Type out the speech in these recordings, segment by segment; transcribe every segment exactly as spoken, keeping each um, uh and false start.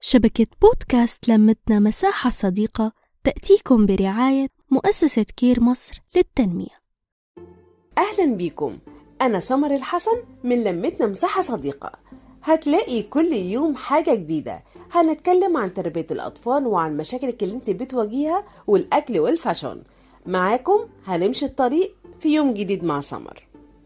شبكة بودكاست لمتنا مساحة صديقة تأتيكم برعاية مؤسسة كير مصر للتنمية. أهلا بيكم، أنا سمر الحسن من لمتنا مساحة صديقة. هتلاقي كل يوم حاجة جديدة، هنتكلم عن تربية الأطفال وعن مشاكلك اللي انت بتواجهها والأكل والفاشون. معاكم هنمشي الطريق في يوم جديد مع سمر.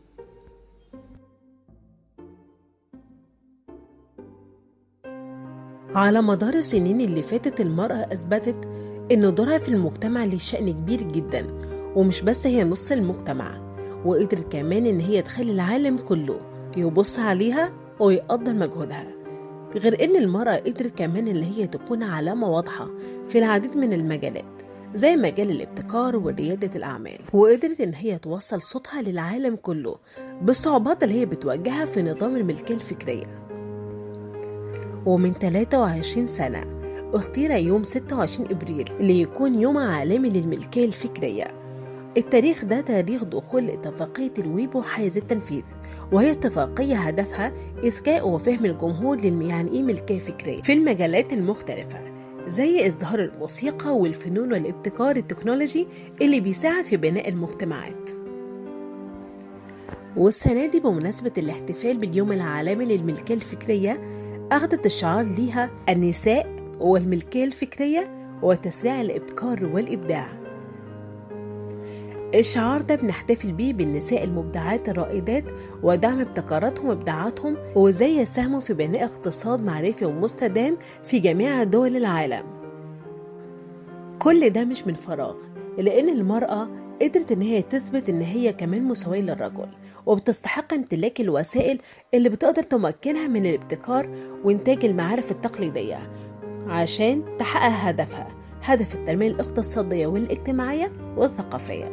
على مدار السنين اللي فاتت المرأة أثبتت إن دورها في المجتمع ليه شأن كبير جدا، ومش بس هي نص المجتمع، وقدرت كمان إن هي تخلي العالم كله يبص عليها ويقدر مجهودها. غير إن المرأة قدرت كمان إن هي تكون علامة واضحة في العديد من المجالات زي مجال الابتكار وريادة الأعمال، وقدرت إن هي توصل صوتها للعالم كله بالصعوبات اللي هي بتواجهها في نظام الملكية الفكرية. ومن ثلاثة وعشرين سنة اختير يوم ستة وعشرين إبريل ليكون يوم عالمي للملكية الفكرية. التاريخ ده تاريخ دخول اتفاقية الويبو حيز التنفيذ، وهي اتفاقية هدفها إذكاء وفهم الجمهور يعني إيه ملكية فكرية في المجالات المختلفة زي إظهار الموسيقى والفنون والابتكار التكنولوجي اللي بيساعد في بناء المجتمعات. والسنة دي بمناسبة الاحتفال باليوم العالمي للملكية الفكرية أخذت الشعار ليها النساء والملكية الفكرية وتسريع الابتكار والإبداع. الشعار ده بنحتفل بيه بالنساء المبدعات الرائدات ودعم ابتكاراتهم وابداعاتهم وازاي يساهموا في بناء اقتصاد معرفي ومستدام في جميع دول العالم. كل ده مش من فراغ، لأن المرأة قدرت إن هي تثبت إن هي كمان مساوية للرجل، وبتستحق امتلاك الوسائل اللي بتقدر تمكنها من الابتكار وإنتاج المعارف التقليدية عشان تحقق هدفها، هدف التنمية الاقتصادية والاجتماعية والثقافية.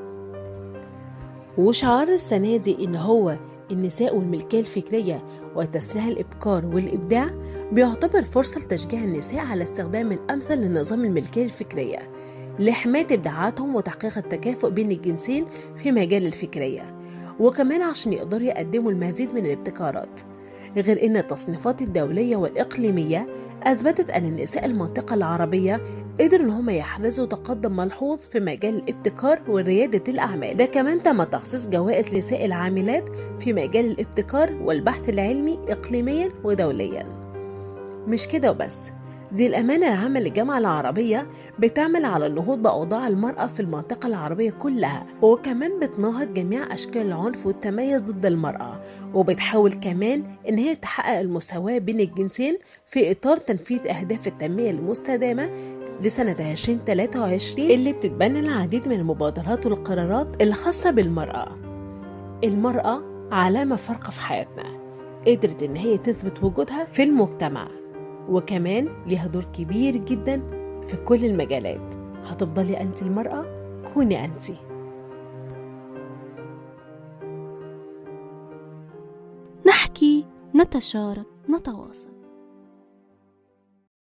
وشعار السنة دي إن هو النساء والملكية الفكرية وتسريع الابتكار والإبداع بيعتبر فرصة لتشجيع النساء على استخدام الأمثل لنظام الملكية الفكرية لحماية إبداعاتهم وتحقيق التكافؤ بين الجنسين في مجال الفكرية، وكمان عشان يقدروا يقدموا المزيد من الابتكارات. غير إن التصنيفات الدولية والإقليمية أثبتت أن النساء المنطقة العربية قدروا إن هم يحرزوا تقدم ملحوظ في مجال الابتكار وريادة الأعمال. ده كمان تم تخصيص جوائز نساء العاملات في مجال الابتكار والبحث العلمي إقليميا ودوليا. مش كده وبس، دي الأمانة العامة للجامعة العربية بتعمل على النهوض بأوضاع المرأة في المنطقة العربية كلها، وكمان بتناهض جميع أشكال العنف والتميز ضد المرأة، وبتحاول كمان إن هي تحقق المساواة بين الجنسين في إطار تنفيذ أهداف التنمية المستدامة لسنة عشرين ثلاثة وعشرين اللي بتتبنى العديد من المبادرات والقرارات الخاصة بالمرأة. المرأة علامة فارقة في حياتنا، قدرت إن هي تثبت وجودها في المجتمع، وكمان ليها دور كبير جدا في كل المجالات. هتفضلي أنت المرأة، كوني أنت. نحكي، نتشارك، نتواصل.